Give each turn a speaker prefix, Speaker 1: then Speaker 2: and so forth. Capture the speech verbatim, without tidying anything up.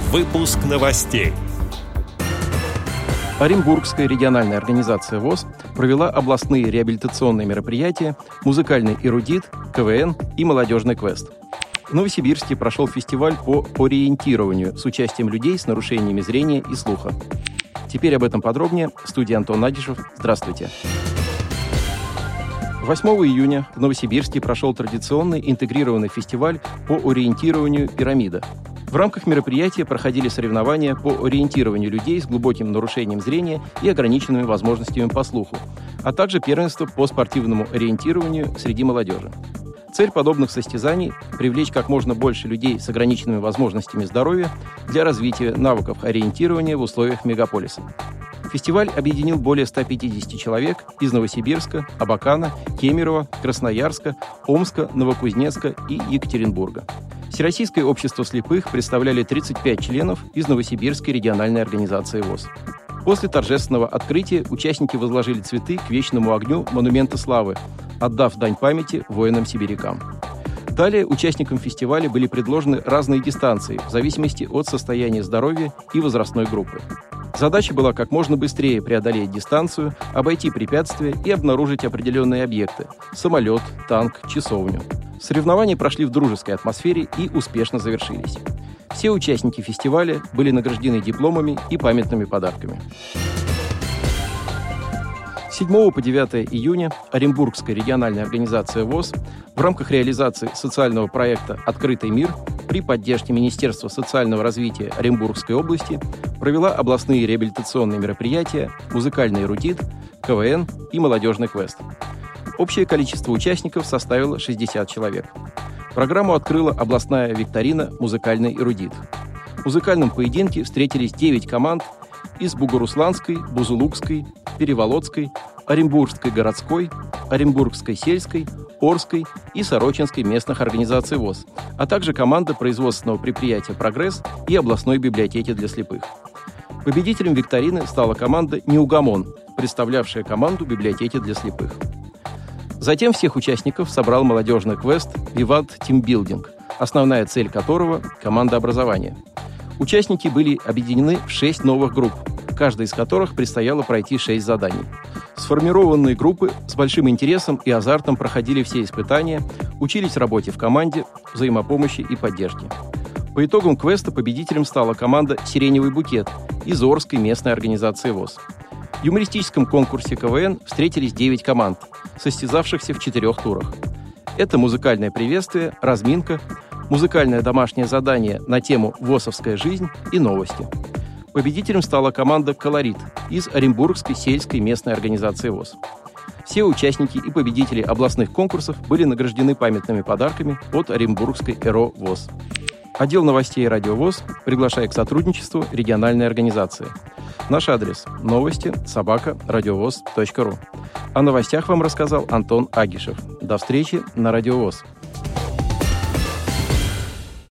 Speaker 1: Выпуск новостей.
Speaker 2: Оренбургская региональная организация ВОС провела областные реабилитационные мероприятия «Музыкальный эрудит», КВН и «Молодежный квест». В Новосибирске прошел фестиваль по ориентированию с участием людей с нарушениями зрения и слуха. Теперь об этом подробнее. В студии Антон Агишев. Здравствуйте. восьмого июня в Новосибирске прошел традиционный интегрированный фестиваль по ориентированию «Пирамида». В рамках мероприятия проходили соревнования по ориентированию людей с глубоким нарушением зрения и ограниченными возможностями по слуху, а также первенство по спортивному ориентированию среди молодежи. Цель подобных состязаний – привлечь как можно больше людей с ограниченными возможностями здоровья для развития навыков ориентирования в условиях мегаполиса. Фестиваль объединил более ста пятидесяти человек из Новосибирска, Абакана, Кемерово, Красноярска, Омска, Новокузнецка и Екатеринбурга. Всероссийское общество слепых представляли тридцать пять членов из Новосибирской региональной организации ВОС. После торжественного открытия участники возложили цветы к вечному огню монумента славы, отдав дань памяти воинам-сибирякам. Далее участникам фестиваля были предложены разные дистанции в зависимости от состояния здоровья и возрастной группы. Задача была как можно быстрее преодолеть дистанцию, обойти препятствия и обнаружить определенные объекты – самолет, танк, часовню. Соревнования прошли в дружеской атмосфере и успешно завершились. Все участники фестиваля были награждены дипломами и памятными подарками. С седьмого по девятое июня Оренбургская региональная организация ВОС в рамках реализации социального проекта «Открытый мир» при поддержке Министерства социального развития Оренбургской области провела областные реабилитационные мероприятия «Музыкальный эрудит», КВН и «Молодежный квест». Общее количество участников составило шестьдесят человек. Программу открыла областная викторина «Музыкальный эрудит». В музыкальном поединке встретились девять команд из Бугурусланской, Бузулукской, Переволодской, Оренбургской городской, Оренбургской сельской, Орской и Сорочинской местных организаций ВОС, а также команда производственного предприятия «Прогресс» и областной библиотеки для слепых. Победителем викторины стала команда «Неугомон», представлявшая команду библиотеки для слепых. Затем всех участников собрал молодежный квест «Виват Тимбилдинг», основная цель которого – командообразование. Участники были объединены в шесть новых групп, каждой из которых предстояло пройти шесть заданий. Сформированные группы с большим интересом и азартом проходили все испытания, учились работе в команде, взаимопомощи и поддержке. По итогам квеста победителем стала команда «Сиреневый букет» из Орской местной организации ВОС. В юмористическом конкурсе КВН встретились девять команд, состязавшихся в четырех турах. Это музыкальное приветствие, разминка, музыкальное домашнее задание на тему «ВОСовская жизнь» и новости. Победителем стала команда «Колорит» из Оренбургской сельской местной организации ВОС. Все участники и победители областных конкурсов были награждены памятными подарками от Оренбургской ЭРО ВОС. Отдел новостей «Радио ВОС» приглашает к сотрудничеству региональной организации. Наш адрес – новости собака радиовоз точка ру. О новостях вам рассказал Антон Агишев. До встречи на Радио ВОС.